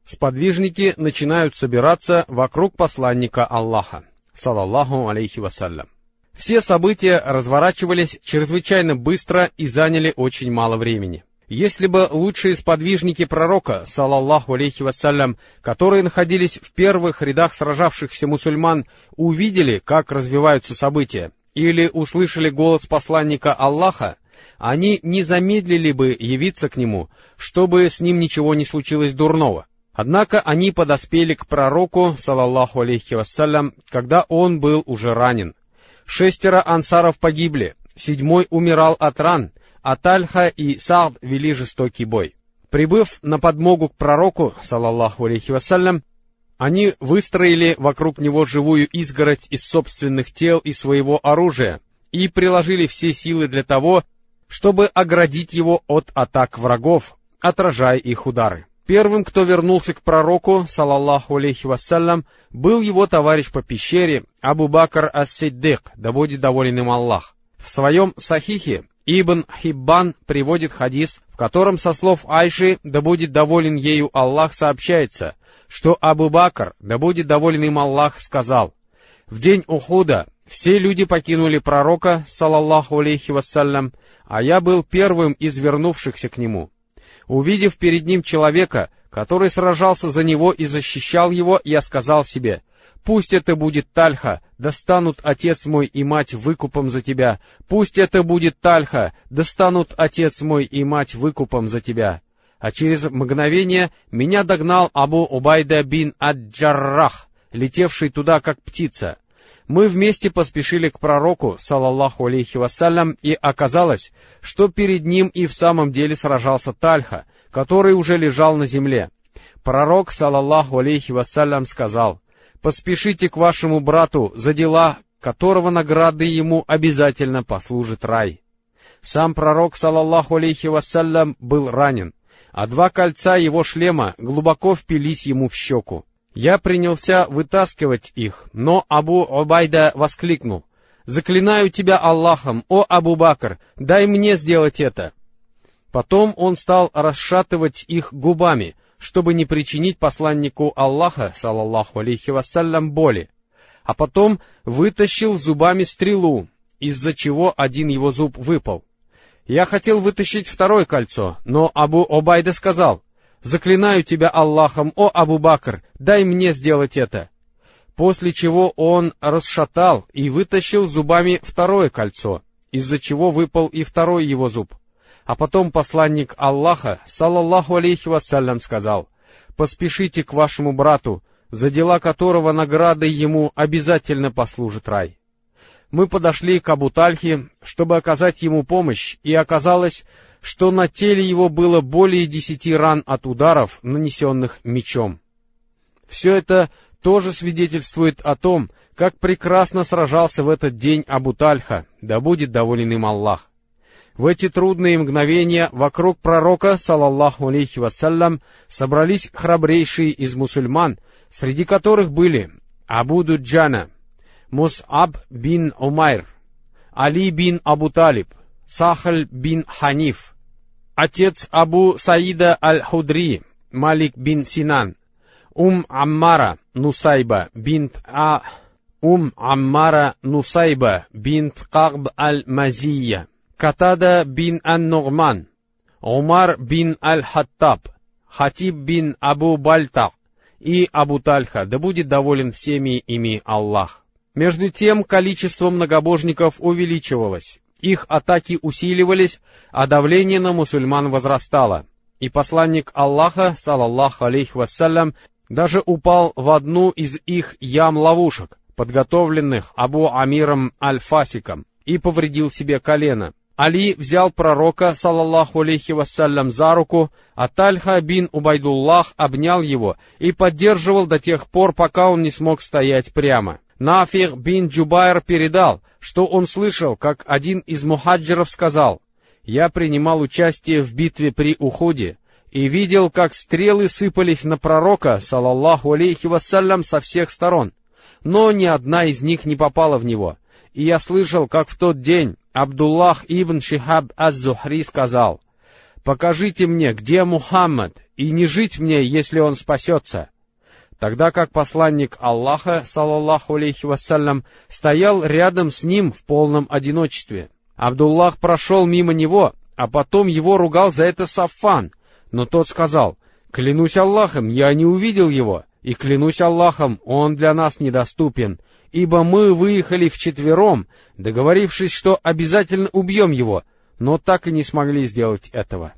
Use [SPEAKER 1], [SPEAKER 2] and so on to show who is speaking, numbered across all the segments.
[SPEAKER 1] сподвижники начинают собираться вокруг посланника Аллаха, салаллаху алейхи вассалям. Все события разворачивались чрезвычайно быстро и заняли очень мало времени. Если бы лучшие сподвижники пророка, салаллаху алейхи вассалям, которые находились в первых рядах сражавшихся мусульман, увидели, как развиваются события, или услышали голос посланника Аллаха, они не замедлили бы явиться к нему, чтобы с ним ничего не случилось дурного. Однако они подоспели к пророку, салаллаху алейхи вассалям, когда он был уже ранен. 6 ансаров погибли, 7 умирал от ран, а Тальха и Саад вели жестокий бой. Прибыв на подмогу к пророку, салаллаху алейхи вассалям, они выстроили вокруг него живую изгородь из собственных тел и своего оружия и приложили все силы для того, чтобы оградить его от атак врагов, отражая их удары. Первым, кто вернулся к пророку, салаллаху алейхи вассалям, был его товарищ по пещере Абу Бакр ас-Сиддик, да будет доволен им Аллах. В своем Сахихе Ибн Хиббан приводит хадис, в котором со слов Айши, да будет доволен ею Аллах, сообщается, что Абу Бакр, да будет доволен им Аллах, сказал: «В день Ухуда все люди покинули пророка, салаллаху алейхи вассалям, а я был первым из вернувшихся к нему. Увидев перед ним человека, который сражался за него и защищал его, я сказал себе: пусть это будет Тальха, да станут отец мой и мать выкупом за тебя. Пусть это будет Тальха, да станут отец мой и мать выкупом за тебя». А через мгновение меня догнал Абу Убайда бин ад-Джаррах, летевший туда как птица. Мы вместе поспешили к пророку, салаллаху алейхи вассалям, и оказалось, что перед ним и в самом деле сражался Тальха, который уже лежал на земле. Пророк, салаллаху алейхи вассалям, сказал: «Поспешите к вашему брату, за дела которого наградой ему обязательно послужит рай». Сам пророк, салаллаху алейхи вассалям, был ранен, а 2 кольца его шлема глубоко впились ему в щеку. Я принялся вытаскивать их, но Абу Убайда воскликнул: «Заклинаю тебя Аллахом, о Абу Бакр, дай мне сделать это». Потом он стал расшатывать их губами, чтобы не причинить посланнику Аллаха, салаллаху алейхи вассалям, боли. А потом вытащил зубами стрелу, из-за чего один его зуб выпал. Я хотел вытащить 2 кольцо, но Абу Убайда сказал: «Заклинаю тебя Аллахом, о Абу Бакр, дай мне сделать это». После чего он расшатал и вытащил зубами 2 кольцо, из-за чего выпал и 2 его зуб. А потом посланник Аллаха, салаллаху алейхи вассалям, сказал: «Поспешите к вашему брату, за дела которого наградой ему обязательно послужит рай». Мы подошли к Абу Тальхе, чтобы оказать ему помощь, и оказалось, что на теле его было более 10 ран от ударов, нанесенных мечом. Все это тоже свидетельствует о том, как прекрасно сражался в этот день Абу Тальха, да будет доволен им Аллах. В эти трудные мгновения вокруг пророка, салаллаху алейхи вассалям, собрались храбрейшие из мусульман, среди которых были Абу Дуджана, Мус'аб бин Умайр, Али бин Абу Талиб, Сахаль бин Ханиф, отец Абу Саида аль-Худри, Малик бин Синан, Аммара Нусайба бинт Кагб аль-Мазия, Катада бин ан-Нугман, Умар бин аль-Хаттаб, Хатиб бин Абу Бальтак и Абу Тальха, да будет доволен всеми ими Аллах. Между тем количество многобожников увеличивалось, их атаки усиливались, а давление на мусульман возрастало. И посланник Аллаха, салаллаху алейхи вассалям, даже упал в одну из их ям-ловушек, подготовленных Абу Амиром аль-Фасиком, и повредил себе колено. Али взял пророка, салаллаху алейхи вассалям, за руку, а Тальха бин Убайдуллах обнял его и поддерживал до тех пор, пока он не смог стоять прямо. Нафих бин Джубайр передал, что он слышал, как один из мухаджиров сказал: «Я принимал участие в битве при Ухуде и видел, как стрелы сыпались на пророка, салаллаху алейхи вассалям, со всех сторон, но ни одна из них не попала в него. И я слышал, как в тот день Абдуллах ибн Шихаб аз-Зухри сказал: «Покажите мне, где Мухаммад, и не жить мне, если он спасется». Тогда как посланник Аллаха, салаллаху алейхи вассалям, стоял рядом с ним в полном одиночестве. Абдуллах прошел мимо него, а потом его ругал за это Саффан, но тот сказал: «Клянусь Аллахом, я не увидел его, и клянусь Аллахом, он для нас недоступен, ибо мы выехали вчетвером, договорившись, что обязательно убьем его, но так и не смогли сделать этого».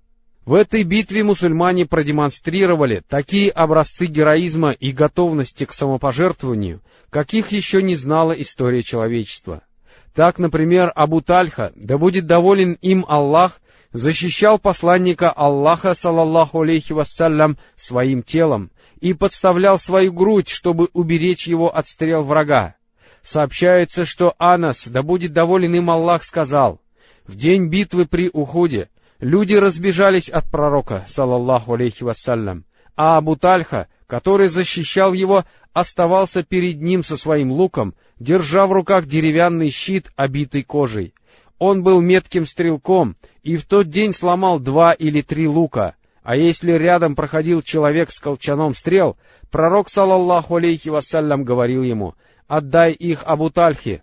[SPEAKER 1] В этой битве мусульмане продемонстрировали такие образцы героизма и готовности к самопожертвованию, каких еще не знала история человечества. Так, например, Абу Тальха, да будет доволен им Аллах, защищал посланника Аллаха, салаллаху алейхи вассалям, своим телом и подставлял свою грудь, чтобы уберечь его от стрел врага. Сообщается, что Анас, да будет доволен им Аллах, сказал: «В день битвы при Ухуде люди разбежались от пророка, салаллаху алейхи вассалям, а Абу Тальха, который защищал его, оставался перед ним со своим луком, держа в руках деревянный щит, обитый кожей. Он был метким стрелком, и в тот день сломал 2 или 3 лука, а если рядом проходил человек с колчаном стрел, пророк, салаллаху алейхи вассалям, говорил ему: «Отдай их Абу Тальхе».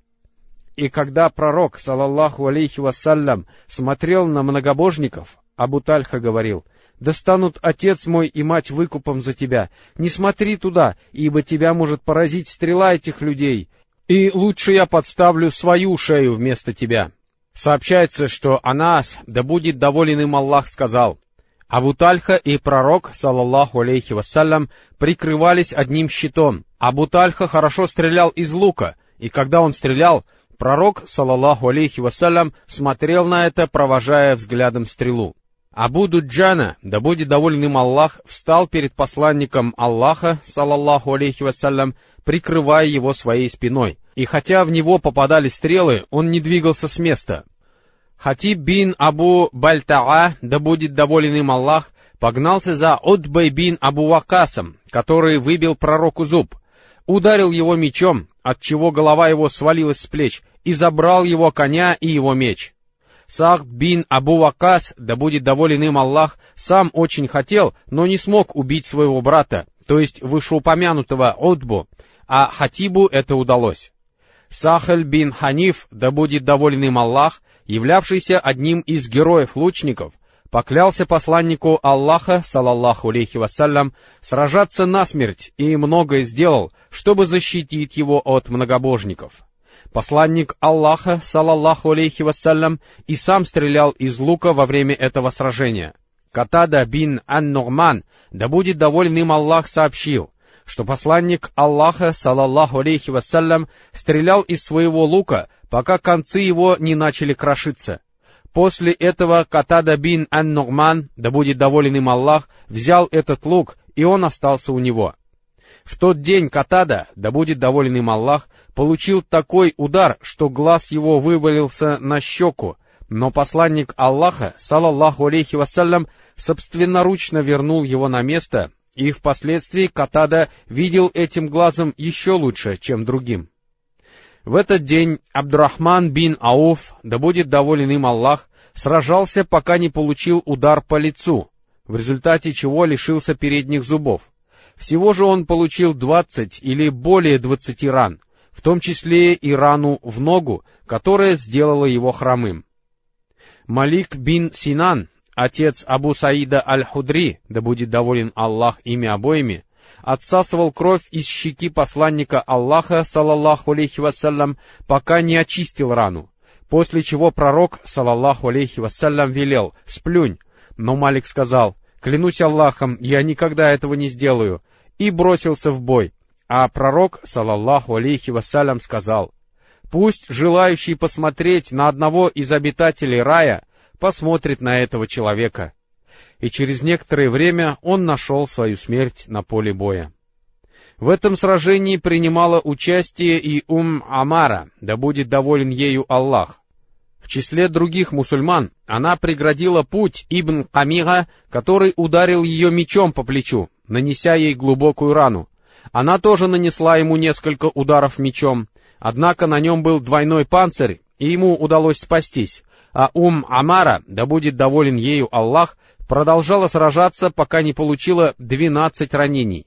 [SPEAKER 1] И когда пророк, салаллаху алейхи вассалям, смотрел на многобожников, Абу Тальха говорил: «Да станут отец мой и мать выкупом за тебя. Не смотри туда, ибо тебя может поразить стрела этих людей, и лучше я подставлю свою шею вместо тебя». Сообщается, что Анас, да будет доволен им Аллах, сказал: «Абу Тальха и пророк, салаллаху алейхи вассалям, прикрывались одним щитом. Абу Тальха хорошо стрелял из лука, и когда он стрелял, пророк, салаллаху алейхи вассалям, смотрел на это, провожая взглядом стрелу. Абу Дуджана, да будет доволен им Аллах, встал перед посланником Аллаха, салаллаху алейхи вассалям, прикрывая его своей спиной, и хотя в него попадали стрелы, он не двигался с места. Хатиб бин Абу Бальтаа, да будет доволен им Аллах, погнался за Утбой бин Абу Вакасом, который выбил пророку зуб, ударил его мечом, отчего голова его свалилась с плеч, и забрал его коня и его меч. Сахд бин Абу Вакас, да будет доволен им Аллах, сам очень хотел, но не смог убить своего брата, то есть вышеупомянутого Утбу, а Хатибу это удалось. Сахаль бин Ханиф, да будет доволен им Аллах, являвшийся одним из героев-лучников, поклялся посланнику Аллаха, салаллаху алейхи вассалям, сражаться насмерть и многое сделал, чтобы защитить его от многобожников. Посланник Аллаха, салаллаху алейхи вассалям, и сам стрелял из лука во время этого сражения. Катада бин ан-Нугман, да будет доволен им Аллах, сообщил, что посланник Аллаха, салаллаху алейхи вассалям, стрелял из своего лука, пока концы его не начали крошиться. После этого Катада бин ан-Нугман, да будет доволен им Аллах, взял этот лук, и он остался у него. В тот день Катада, да будет доволен им Аллах, получил такой удар, что глаз его вывалился на щеку, но посланник Аллаха, салаллаху алейхи вассалям, собственноручно вернул его на место, и впоследствии Катада видел этим глазом еще лучше, чем другим. В этот день Абдурахман бин Ауф, да будет доволен им Аллах, сражался, пока не получил удар по лицу, в результате чего лишился передних зубов. Всего же он получил 20 или более 20 ран, в том числе и рану в ногу, которая сделала его хромым. Малик бин Синан, отец Абу Саида аль-Худри, да будет доволен Аллах ими обоими, отсасывал кровь из щеки посланника Аллаха, салаллаху алейхи вассалям, пока не очистил рану, после чего пророк, салаллаху алейхи вассалям, велел: «Сплюнь». Но Малик сказал: «Клянусь Аллахом, я никогда этого не сделаю», и бросился в бой. А пророк, салаллаху алейхи вассалям, сказал: «Пусть желающий посмотреть на одного из обитателей рая посмотрит на этого человека». И через некоторое время он нашел свою смерть на поле боя. В этом сражении принимала участие и Амара, да будет доволен ею Аллах. В числе других мусульман она преградила путь Ибн Камига, который ударил ее мечом по плечу, нанеся ей глубокую рану. Она тоже нанесла ему несколько ударов мечом, однако на нем был двойной панцирь, и ему удалось спастись, а Амара, да будет доволен ею Аллах, продолжала сражаться, пока не получила 12 ранений.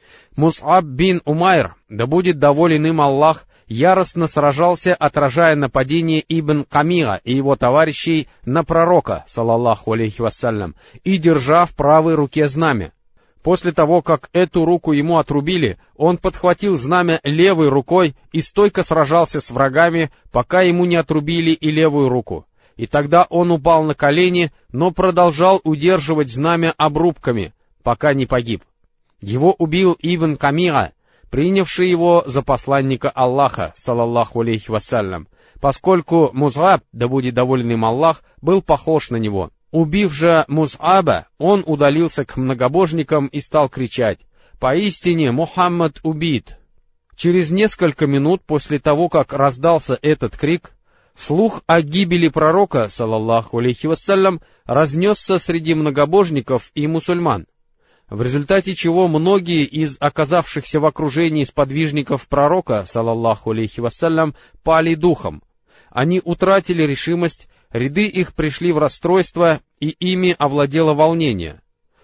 [SPEAKER 1] Мус'аб бин Умайр, да будет доволен им Аллах, яростно сражался, отражая нападение Ибн Камиа и его товарищей на пророка, салаллаху алейхи вассалям, и держа в правой руке знамя. После того, как эту руку ему отрубили, он подхватил знамя левой рукой и стойко сражался с врагами, пока ему не отрубили и левую руку. И тогда он упал на колени, но продолжал удерживать знамя обрубками, пока не погиб. Его убил Ибн Камиа, принявший его за посланника Аллаха, салаллаху алейхи вассалям, поскольку Мус'аб, да будет доволен им Аллах, был похож на него. Убив же Мус'аба, он удалился к многобожникам и стал кричать: «Поистине Мухаммад убит!» Через несколько минут после того, как раздался этот крик, слух о гибели пророка, салаллаху алейхи вассалям, разнесся среди многобожников и мусульман, в результате чего многие из оказавшихся в окружении сподвижников пророка, салаллаху алейхи вассалям, пали духом. Они утратили решимость, ряды их пришли в расстройство, и ими овладело волнение.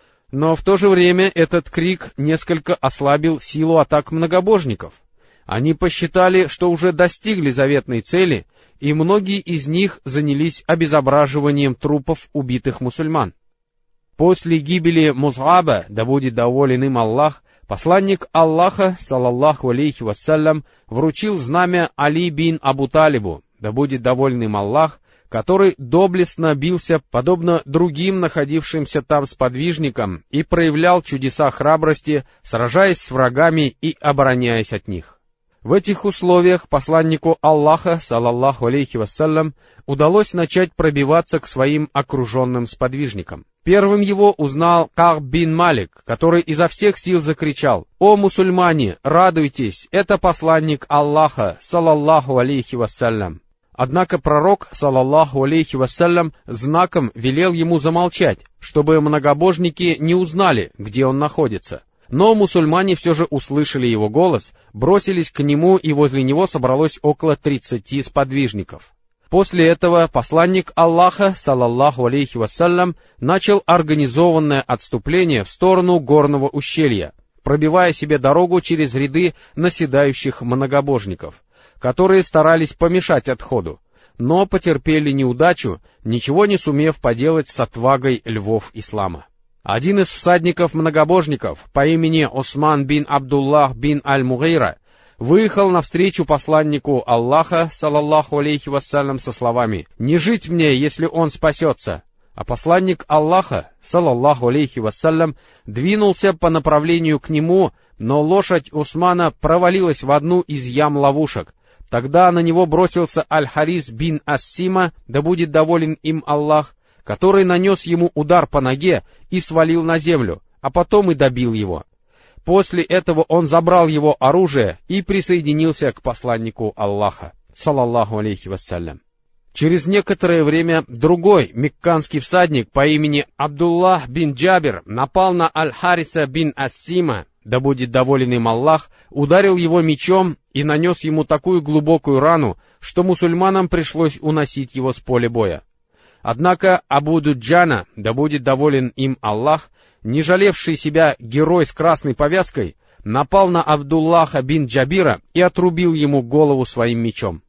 [SPEAKER 1] Но в то же время этот крик несколько ослабил силу атак многобожников. Они посчитали, что уже достигли заветной цели, и многие из них занялись обезображиванием трупов убитых мусульман. После гибели Мус'аба, да будет доволен им Аллах, посланник Аллаха, салаллаху алейхи вассалям, вручил знамя Али бин Абу Талибу, да будет доволен им Аллах, который доблестно бился, подобно другим находившимся там сподвижникам, и проявлял чудеса храбрости, сражаясь с врагами и обороняясь от них. В этих условиях посланнику Аллаха, салаллаху алейхи вассалям, удалось начать пробиваться к своим окруженным сподвижникам. Первым его узнал Ка'б бин Малик, который изо всех сил закричал: «О мусульмане, радуйтесь, это посланник Аллаха, салаллаху алейхи вассалям». Однако пророк, салаллаху алейхи вассалям, знаком велел ему замолчать, чтобы многобожники не узнали, где он находится. Но мусульмане все же услышали его голос, бросились к нему, и возле него собралось около 30 сподвижников. После этого посланник Аллаха, салаллаху алейхи вассалям, начал организованное отступление в сторону горного ущелья, пробивая себе дорогу через ряды наседающих многобожников, которые старались помешать отходу, но потерпели неудачу, ничего не сумев поделать с отвагой львов ислама. Один из всадников-многобожников по имени Осман бин Абдуллах бин Аль-Мугайра выехал навстречу посланнику Аллаха, салаллаху алейхи вассалям, со словами: «Не жить мне, если он спасется». А посланник Аллаха, салаллаху алейхи вассалям, двинулся по направлению к нему, но лошадь Усмана провалилась в одну из ям ловушек. Тогда на него бросился Аль-Харис бин Ассима, да будет доволен им Аллах, который нанес ему удар по ноге и свалил на землю, а потом и добил его. После этого он забрал его оружие и присоединился к посланнику Аллаха, салаллаху алейхи вассалям. Через некоторое время другой мекканский всадник по имени Абдуллах бин Джабир напал на Аль-Хариса бин Ассима, да будет доволен им Аллах, ударил его мечом и нанес ему такую глубокую рану, что мусульманам пришлось уносить его с поля боя. Однако Абу Дуджана, да будет доволен им Аллах, не жалевший себя герой с красной повязкой, напал на Абдуллаха бин Джабира и отрубил ему голову своим мечом.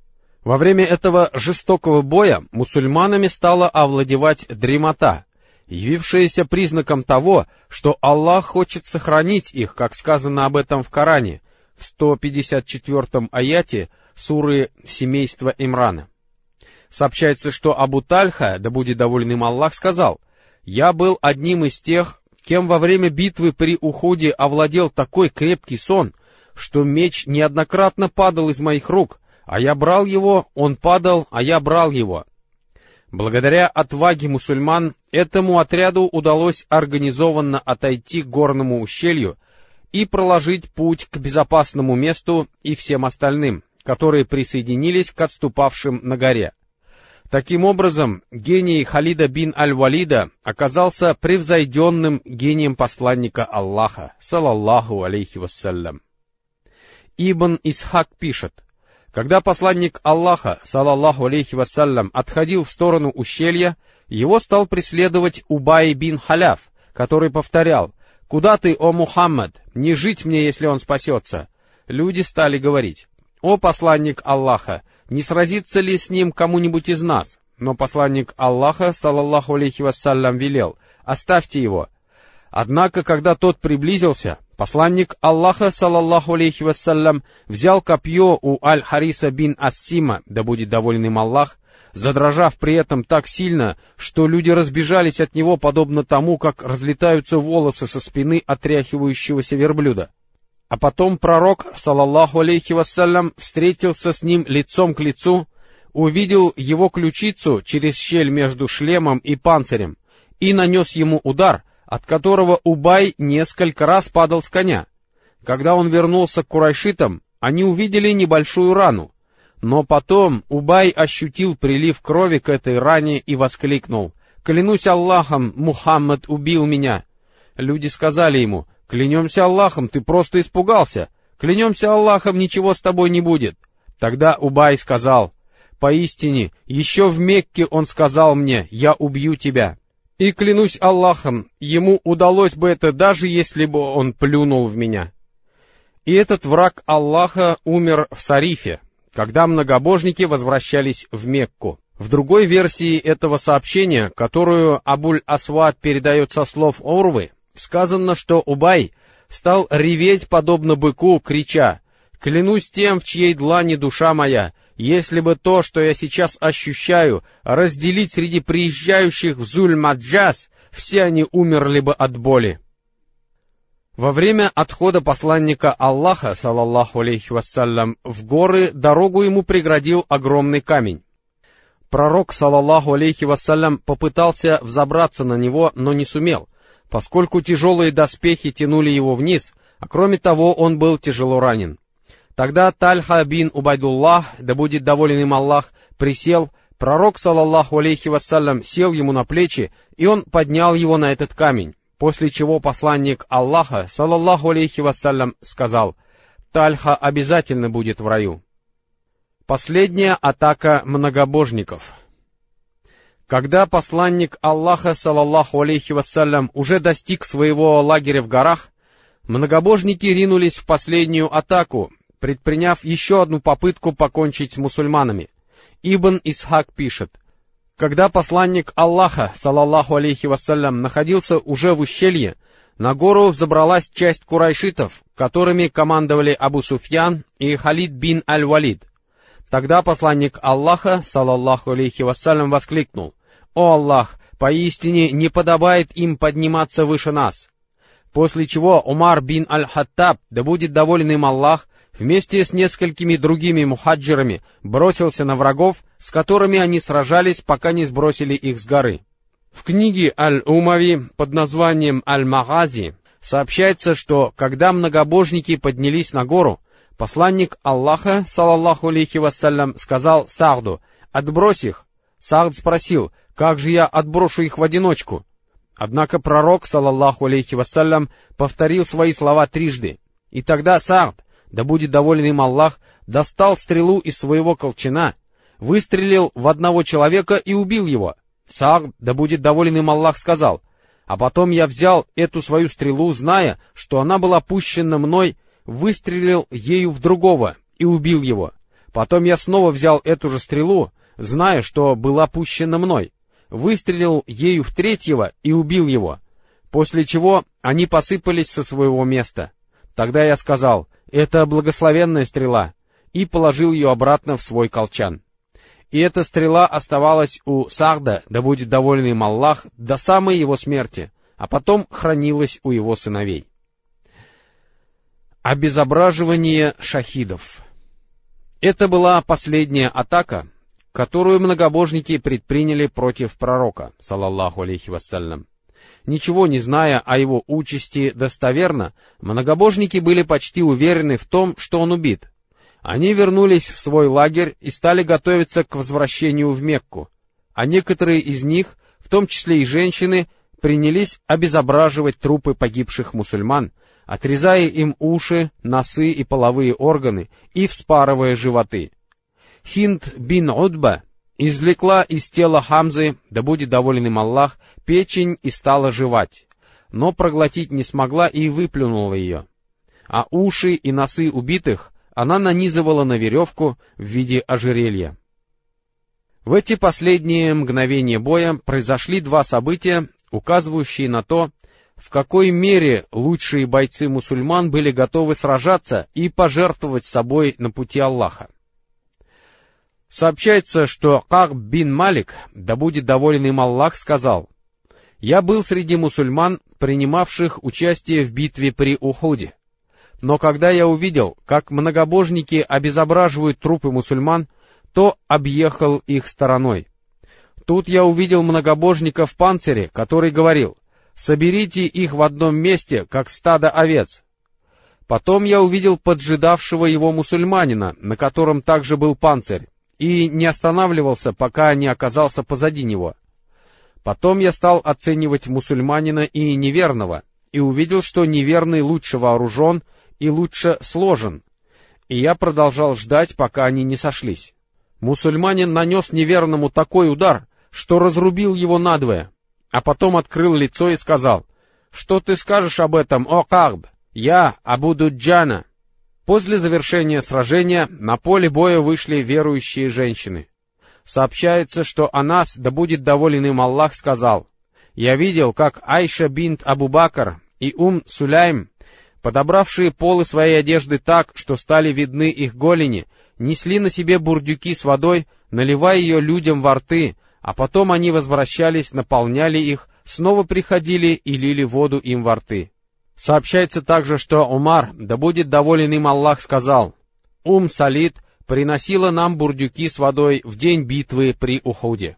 [SPEAKER 1] Во время этого жестокого боя мусульманами стала овладевать дремота, явившаяся признаком того, что Аллах хочет сохранить их, как сказано об этом в Коране, в 154-м аяте суры «Семейство Имрана». Сообщается, что Абу Тальха, да будет доволен им Аллах, сказал: «Я был одним из тех, кем во время битвы при Ухуде овладел такой крепкий сон, что меч неоднократно падал из моих рук, а я брал его, он падал, а я брал его». Благодаря отваге мусульман этому отряду удалось организованно отойти к горному ущелью и проложить путь к безопасному месту и всем остальным, которые присоединились к отступавшим на горе. Таким образом, гений Халида бин Аль-Валида оказался превзойденным гением посланника Аллаха, салаллаху алейхи вассалям. Ибн Исхак пишет: Когда посланник Аллаха, салаллаху алейхи вассалям, отходил в сторону ущелья, его стал преследовать Убай бин Халяф, который повторял: «Куда ты, о Мухаммад? Не жить мне, если он спасется». Люди стали говорить: «О посланник Аллаха, не сразится ли с ним кому-нибудь из нас?» Но посланник Аллаха, салаллаху алейхи вассалям, велел: «Оставьте его». Однако, когда тот приблизился, посланник Аллаха, салаллаху алейхи вассалям, взял копье у Аль-Хариса бин Ассима, да будет доволен им Аллах, задрожав при этом так сильно, что люди разбежались от него, подобно тому, как разлетаются волосы со спины отряхивающегося верблюда. А потом пророк, салаллаху алейхи вассалям, встретился с ним лицом к лицу, увидел его ключицу через щель между шлемом и панцирем и нанес ему удар, от которого Убай несколько раз падал с коня. Когда он вернулся к курайшитам, они увидели небольшую рану, но потом Убай ощутил прилив крови к этой ране и воскликнул: «Клянусь Аллахом, Мухаммад убил меня». Люди сказали ему: «Клянемся Аллахом, ты просто испугался. Клянемся Аллахом, ничего с тобой не будет». Тогда Убай сказал: «Поистине, еще в Мекке он сказал мне: я убью тебя. И клянусь Аллахом, ему удалось бы это, даже если бы он плюнул в меня». И этот враг Аллаха умер в Сарифе, когда многобожники возвращались в Мекку. В другой версии этого сообщения, которую Абуль-Асвад передает со слов Урвы, сказано, что Убай стал реветь подобно быку, крича: «Клянусь тем, в чьей длани душа моя, если бы то, что я сейчас ощущаю, разделить среди приезжающих в Зуль-Маджаз, все они умерли бы от боли». Во время отхода посланника Аллаха, салаллаху алейхи вассалям, в горы дорогу ему преградил огромный камень. Пророк, салаллаху алейхи вассалям, попытался взобраться на него, но не сумел, поскольку тяжелые доспехи тянули его вниз, а кроме того он был тяжело ранен. Тогда Тальха бин Убайдуллах, да будет доволен им Аллах, присел, пророк, салаллаху алейхи вассалям, сел ему на плечи, и он поднял его на этот камень, после чего посланник Аллаха, салаллаху алейхи вассалям, сказал: «Тальха обязательно будет в раю». Последняя атака многобожников. Когда посланник Аллаха, салаллаху алейхи вассалям, уже достиг своего лагеря в горах, многобожники ринулись в последнюю атаку, предприняв еще одну попытку покончить с мусульманами. Ибн Исхак пишет: когда посланник Аллаха, салаллаху алейхи вассалям, находился уже в ущелье, на гору взобралась часть курайшитов, которыми командовали Абу Суфьян и Халид бин Аль-Валид. Тогда посланник Аллаха, салаллаху алейхи вассалям, воскликнул: «О Аллах, поистине не подобает им подниматься выше нас». После чего Умар бин Аль-Хаттаб, да будет доволен им Аллах, вместе с несколькими другими мухаджирами бросился на врагов, с которыми они сражались, пока не сбросили их с горы. В книге Аль-Умави под названием Аль-Магази сообщается, что когда многобожники поднялись на гору, посланник Аллаха, салаллаху алейхи вассалям, сказал Са'ду: «Отбрось их». Са'д спросил: «Как же я отброшу их в одиночку?» Однако пророк, салаллаху алейхи вассалям, повторил свои слова трижды. И тогда Са'д, да будет доволен им Аллах, достал стрелу из своего колчана, выстрелил в одного человека и убил его. Са'д, да будет доволен им Аллах, сказал: «А потом я взял эту свою стрелу, зная, что она была пущена мной, выстрелил ею в другого и убил его. Потом я снова взял эту же стрелу, зная, что была пущена мной, выстрелил ею в третьего и убил его. После чего они посыпались со своего места. Тогда я сказал: это благословенная стрела, и положил ее обратно в свой колчан. И эта стрела оставалась у Са'да, да будет доволен им Аллах, до самой его смерти, а потом хранилась у его сыновей. Обезображивание шахидов. Это была последняя атака, которую многобожники предприняли против пророка, салаллаху алейхи вассалям. Ничего не зная о его участи достоверно, многобожники были почти уверены в том, что он убит. Они вернулись в свой лагерь и стали готовиться к возвращению в Мекку, а некоторые из них, в том числе и женщины, принялись обезображивать трупы погибших мусульман, отрезая им уши, носы и половые органы и вспарывая животы. Хинд бин Утба извлекла из тела Хамзы, да будет доволен им Аллах, печень и стала жевать, но проглотить не смогла и выплюнула ее. А уши и носы убитых она нанизывала на веревку в виде ожерелья. В эти последние мгновения боя произошли два события, указывающие на то, в какой мере лучшие бойцы мусульман были готовы сражаться и пожертвовать собой на пути Аллаха. Сообщается, что Кааб бин Малик, да будет доволен им Аллах, сказал: «Я был среди мусульман, принимавших участие в битве при Ухуде. Но когда я увидел, как многобожники обезображивают трупы мусульман, то объехал их стороной. Тут я увидел многобожника в панцире, который говорил: соберите их в одном месте, как стадо овец. Потом я увидел поджидавшего его мусульманина, на котором также был панцирь, и не останавливался, пока не оказался позади него. Потом я стал оценивать мусульманина и неверного, и увидел, что неверный лучше вооружен и лучше сложен, и я продолжал ждать, пока они не сошлись. Мусульманин нанес неверному такой удар, что разрубил его надвое, а потом открыл лицо и сказал: «Что ты скажешь об этом, о Кааб? Я Абу Дуджана». После завершения сражения на поле боя вышли верующие женщины. Сообщается, что Анас, да будет доволен им Аллах, сказал: «Я видел, как Айша бинт Абу Бакр и Сулейм, подобравшие полы своей одежды так, что стали видны их голени, несли на себе бурдюки с водой, наливая ее людям во рты, а потом они возвращались, наполняли их, снова приходили и лили воду им во рты». Сообщается также, что Умар, да будет доволен им Аллах, сказал: Салид приносила нам бурдюки с водой в день битвы при Ухуде.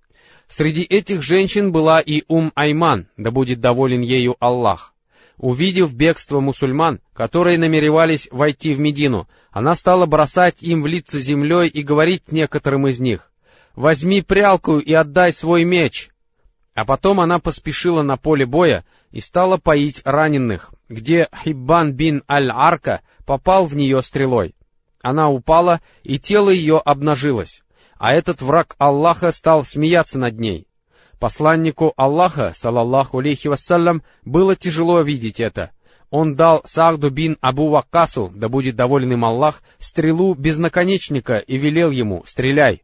[SPEAKER 1] Среди этих женщин была и Айман, да будет доволен ею Аллах. Увидев бегство мусульман, которые намеревались войти в Медину, она стала бросать им в лица землей и говорить некоторым из них: «Возьми прялку и отдай свой меч». А потом она поспешила на поле боя и стала поить раненых, где Хиббан бин Аль-Арка попал в нее стрелой. Она упала, и тело ее обнажилось, а этот враг Аллаха стал смеяться над ней. Посланнику Аллаха, салаллаху алейхи вассалям, было тяжело видеть это. Он дал Сааду бин Абу Ваккасу, да будет доволен им Аллах, стрелу без наконечника и велел ему: «Стреляй».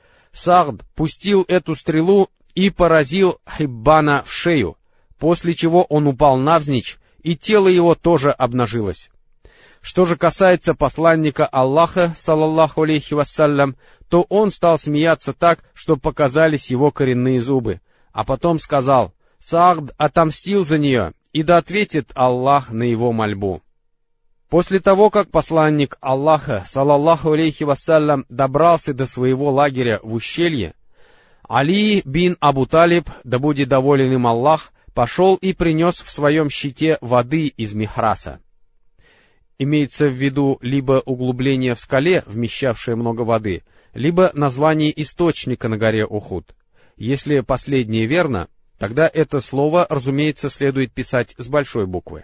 [SPEAKER 1] Саад пустил эту стрелу и поразил Хиббана в шею, после чего он упал навзничь, и тело его тоже обнажилось. Что же касается посланника Аллаха, салаллаху алейхи вассалям, то он стал смеяться так, что показались его коренные зубы, а потом сказал: «Саад отомстил за нее, и да ответит Аллах на его мольбу». После того, как посланник Аллаха, салаллаху алейхи вассалям, добрался до своего лагеря в ущелье, Али бин Абу Талиб, да будет доволен им Аллах, пошел и принес в своем щите воды из михраса. Имеется в виду либо углубление в скале, вмещавшее много воды, либо название источника на горе Ухуд. Если последнее верно, тогда это слово, разумеется, следует писать с большой буквы.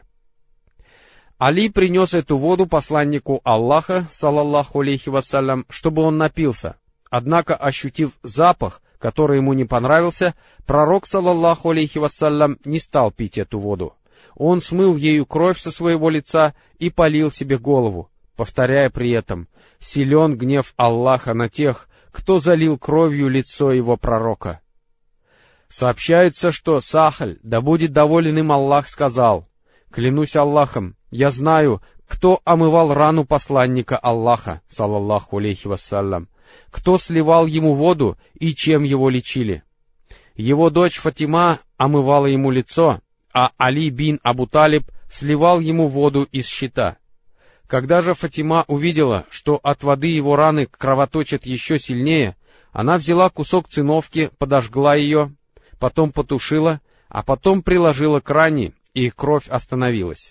[SPEAKER 1] Али принес эту воду посланнику Аллаха, салаллаху алейхи вассалям, чтобы он напился. Однако, ощутив запах, который ему не понравился, пророк, салаллаху алейхи вассалям, не стал пить эту воду. Он смыл ею кровь со своего лица и полил себе голову, повторяя при этом: «Силен гнев Аллаха на тех, кто залил кровью лицо его пророка». Сообщается, что Сахаль, да будет доволен им Аллах, сказал: «Клянусь Аллахом, я знаю, кто омывал рану посланника Аллаха, салаллаху алейхи вассалям, кто сливал ему воду и чем его лечили. Его дочь Фатима омывала ему лицо, а Али бин Абу Талиб сливал ему воду из щита. Когда же Фатима увидела, что от воды его раны кровоточат еще сильнее, она взяла кусок циновки, подожгла ее, потом потушила, а потом приложила к ране, и кровь остановилась.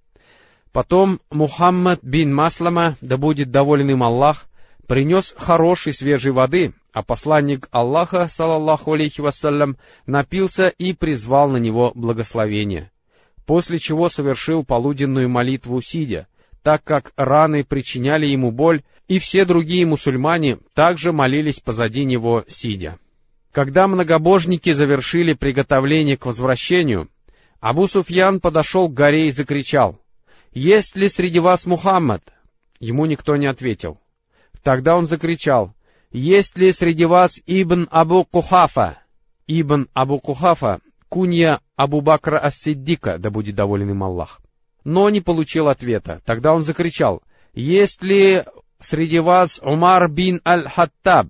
[SPEAKER 1] Потом Мухаммад бин Маслама, да будет доволен им Аллах, принес хорошей свежей воды, а посланник Аллаха, салаллаху алейхи вассалям, напился и призвал на него благословение, после чего совершил полуденную молитву сидя, так как раны причиняли ему боль, и все другие мусульмане также молились позади него, сидя. Когда многобожники завершили приготовление к возвращению, Абу Суфьян подошел к горе и закричал: «Есть ли среди вас Мухаммад?» Ему никто не ответил. Тогда он закричал: «Есть ли среди вас Ибн Абу Кухафа?» Ибн Абу Кухафа — кунья Абу Бакра ас-Сиддика, да будет доволен им Аллах. Но не получил ответа. Тогда он закричал: «Есть ли среди вас Умар бин аль-Хаттаб?»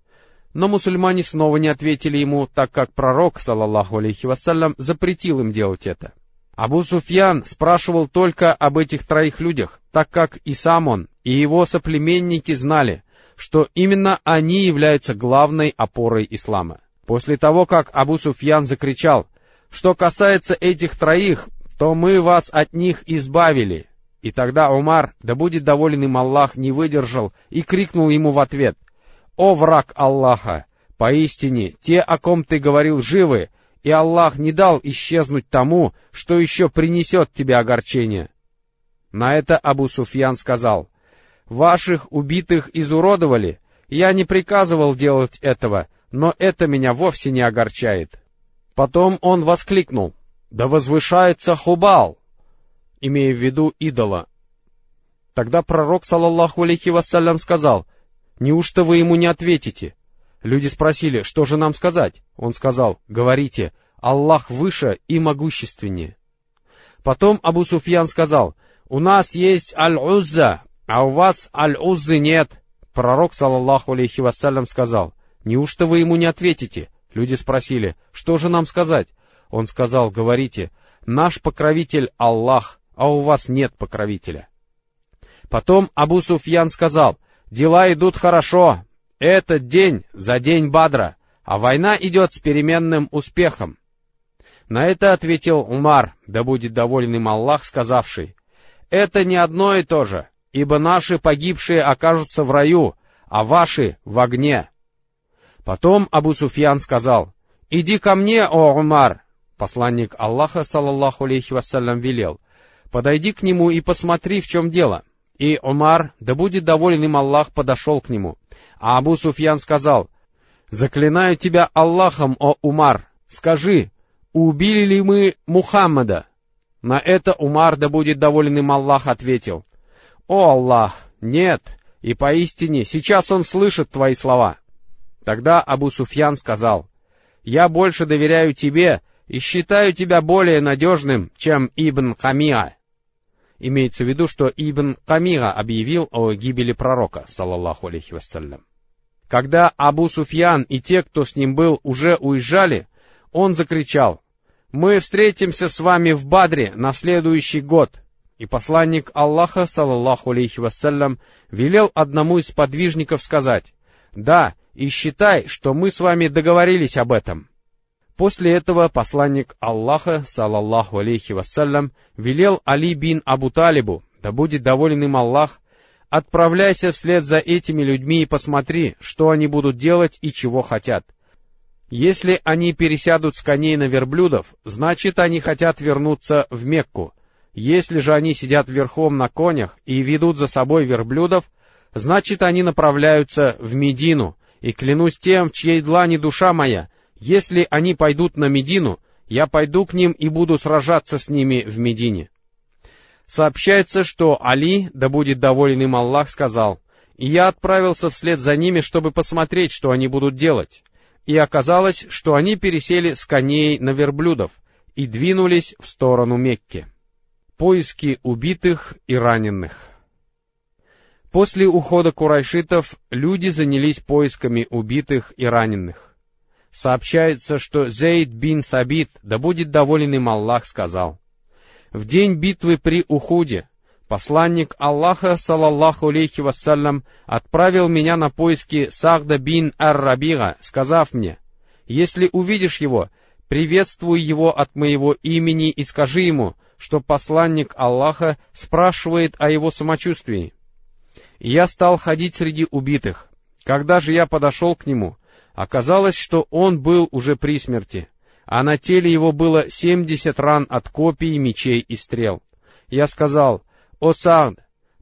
[SPEAKER 1] Но мусульмане снова не ответили ему, так как пророк, саллаллаху алейхи вассалям, запретил им делать это. Абу Суфьян спрашивал только об этих троих людях, так как и сам он, и его соплеменники знали, что именно они являются главной опорой ислама. После того, как Абу Суфьян закричал: «Что касается этих троих, то мы вас от них избавили». И тогда Умар, да будет доволен им Аллах, не выдержал и крикнул ему в ответ: «О враг Аллаха! Поистине, те, о ком ты говорил, живы, и Аллах не дал исчезнуть тому, что еще принесет тебе огорчение». На это Абу Суфьян сказал: «Ваших убитых изуродовали, я не приказывал делать этого, но это меня вовсе не огорчает». Потом он воскликнул: «Да возвышается Хубал!» имея в виду идола. Тогда пророк, саллаллаху алейхи вассалям, сказал: «Неужто вы ему не ответите?» Люди спросили: «Что же нам сказать?» Он сказал: «Говорите: Аллах выше и могущественнее». Потом Абу Суфьян сказал: «У нас есть Аль-Узза, а у вас Аль-Уззы нет». Пророк, саллаллаху алейхи вассалям, сказал: «Неужто вы ему не ответите?» Люди спросили: «Что же нам сказать?» Он сказал: «Говорите: наш покровитель Аллах, а у вас нет покровителя». Потом Абу Суфьян сказал: «Дела идут хорошо. Этот день за день Бадра, а война идет с переменным успехом». На это ответил Умар, да будет доволен им Аллах, сказавший: «Это не одно и то же, ибо наши погибшие окажутся в раю, а ваши в огне». Потом Абу Суфьян сказал: «Иди ко мне, о Умар». Посланник Аллаха, саллаллаху алейхи вассалям, велел: «Подойди к нему и посмотри, в чем дело». И Умар, да будет доволен им Аллах, подошел к нему. А Абу Суфьян сказал: «Заклинаю тебя Аллахом, о Умар, скажи, убили ли мы Мухаммада?» На это Умар, да будет доволен им Аллах, ответил: «О Аллах, нет, и поистине сейчас он слышит твои слова». Тогда Абу Суфьян сказал: «Я больше доверяю тебе и считаю тебя более надежным, чем Ибн Камиа». Имеется в виду, что Ибн Камиа объявил о гибели пророка, саллаллаху алейхи вассалям. Когда Абу Суфьян и те, кто с ним был, уже уезжали, он закричал: «Мы встретимся с вами в Бадре на следующий год». И посланник Аллаха, саллаллаху алейхи вассалям, велел одному из подвижников сказать: «Да, и считай, что мы с вами договорились об этом». После этого посланник Аллаха, саллаллаху алейхи вассалям, велел Али бин Абу Талибу, да будет доволен им Аллах: «Отправляйся вслед за этими людьми и посмотри, что они будут делать и чего хотят. Если они пересядут с коней на верблюдов, значит, они хотят вернуться в Мекку. Если же они сидят верхом на конях и ведут за собой верблюдов, значит, они направляются в Медину, и клянусь тем, в чьей длани душа моя, если они пойдут на Медину, я пойду к ним и буду сражаться с ними в Медине». Сообщается, что Али, да будет доволен им Аллах, сказал: «И я отправился вслед за ними, чтобы посмотреть, что они будут делать. И оказалось, что они пересели с коней на верблюдов и двинулись в сторону Мекки». Поиски убитых и раненых. После ухода курайшитов люди занялись поисками убитых и раненых. Сообщается, что Зейд бин Сабит, да будет доволен им Аллах, сказал: «В день битвы при Ухуде посланник Аллаха, саллаллаху алейхи вассалям, отправил меня на поиски Сахда бин ар-Рабига, сказав мне: если увидишь его, приветствуй его от моего имени и скажи ему, что посланник Аллаха спрашивает о его самочувствии». И я стал ходить среди убитых. Когда же я подошел к нему, оказалось, что он был уже при смерти, а на теле его было 70 ран от копий, мечей и стрел. Я сказал: «О Сахд,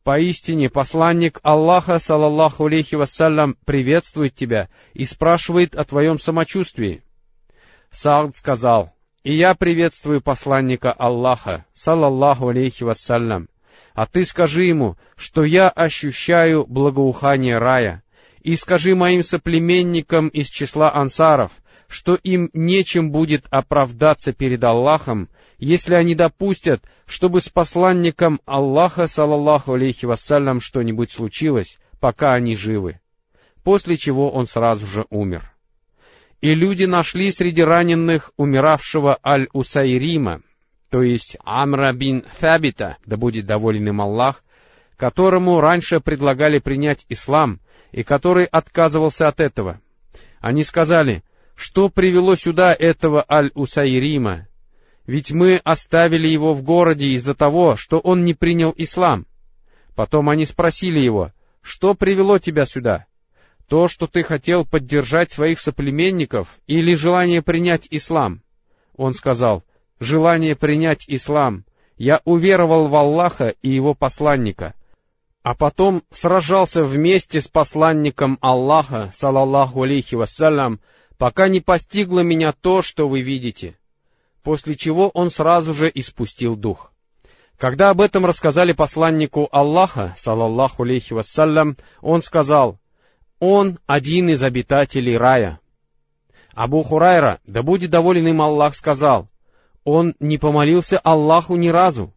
[SPEAKER 1] Поистине, посланник Аллаха, салаллаху алейхи вассалям, приветствует тебя и спрашивает о твоем самочувствии. Саад сказал: и я приветствую посланника Аллаха, салаллаху алейхи вассалям, а ты скажи ему, что я ощущаю благоухание рая, и скажи моим соплеменникам из числа ансаров, что им нечем будет оправдаться перед Аллахом, если они допустят, чтобы с посланником Аллаха, салаллаху алейхи вассалям, что-нибудь случилось, пока они живы. После чего он сразу же умер. И люди нашли среди раненых умиравшего Аль-Усайрима, то есть Амра бин Фабита, да будет доволен им Аллах, которому раньше предлагали принять ислам, и который отказывался от этого. Они сказали: что привело сюда этого Аль-Усайрима? Ведь мы оставили его в городе из-за того, что он не принял ислам. Потом они спросили его: что привело тебя сюда? То, что ты хотел поддержать своих соплеменников, или желание принять ислам? Он сказал: желание принять ислам. Я уверовал в Аллаха и его посланника, а потом сражался вместе с посланником Аллаха, салаллаху алейхи вассалям, пока не постигло меня то, что вы видите. После чего он сразу же испустил дух. Когда об этом рассказали посланнику Аллаха, салаллаху алейхи вассалям, он сказал: он один из обитателей рая. Абу Хурайра, да будет доволен им Аллах, сказал: он не помолился Аллаху ни разу.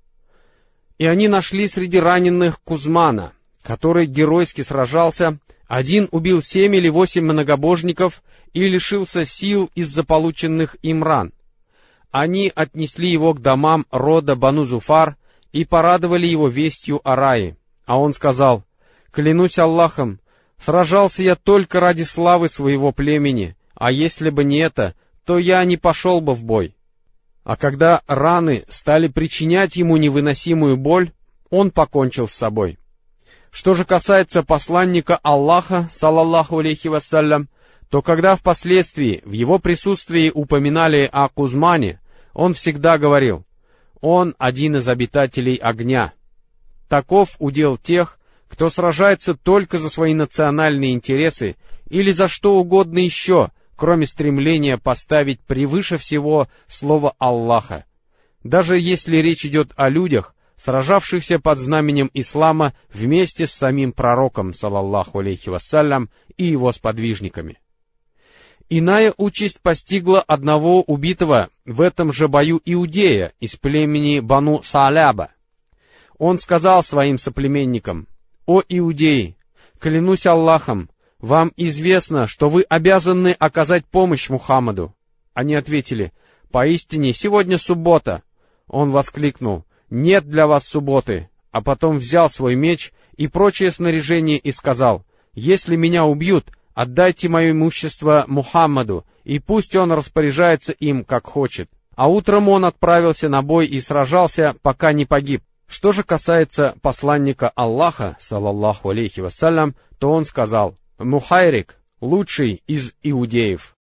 [SPEAKER 1] И они нашли среди раненых Кузмана, который геройски сражался, один убил 7 или 8 многобожников и лишился сил из-за полученных им ран. Они отнесли его к домам рода Бану Зуфар и порадовали его вестью о рае. А он сказал: клянусь Аллахом, сражался я только ради славы своего племени, а если бы не это, то я не пошел бы в бой. А когда раны стали причинять ему невыносимую боль, он покончил с собой. Что же касается посланника Аллаха, салаллаху алейхи вассалям, то когда впоследствии в его присутствии упоминали о Кузмане, он всегда говорил: он один из обитателей огня. Таков удел тех, кто сражается только за свои национальные интересы или за что угодно еще, кроме стремления поставить превыше всего слово Аллаха, даже если речь идет о людях, сражавшихся под знаменем ислама вместе с самим пророком, салаллаху алейхи вассалям, и его сподвижниками. Иная участь постигла одного убитого в этом же бою иудея из племени Бану Сааляба. Он сказал своим соплеменникам: «О иудеи, клянусь Аллахом, вам известно, что вы обязаны оказать помощь Мухаммаду». Они ответили: «Поистине, сегодня суббота». Он воскликнул: «Нет для вас субботы», а потом взял свой меч и прочее снаряжение и сказал: «Если меня убьют, отдайте мое имущество Мухаммаду, и пусть он распоряжается им, как хочет». А утром он отправился на бой и сражался, пока не погиб. Что же касается посланника Аллаха, салаллаху алейхи вассалям, то он сказал: «Мухайрик, лучший из иудеев».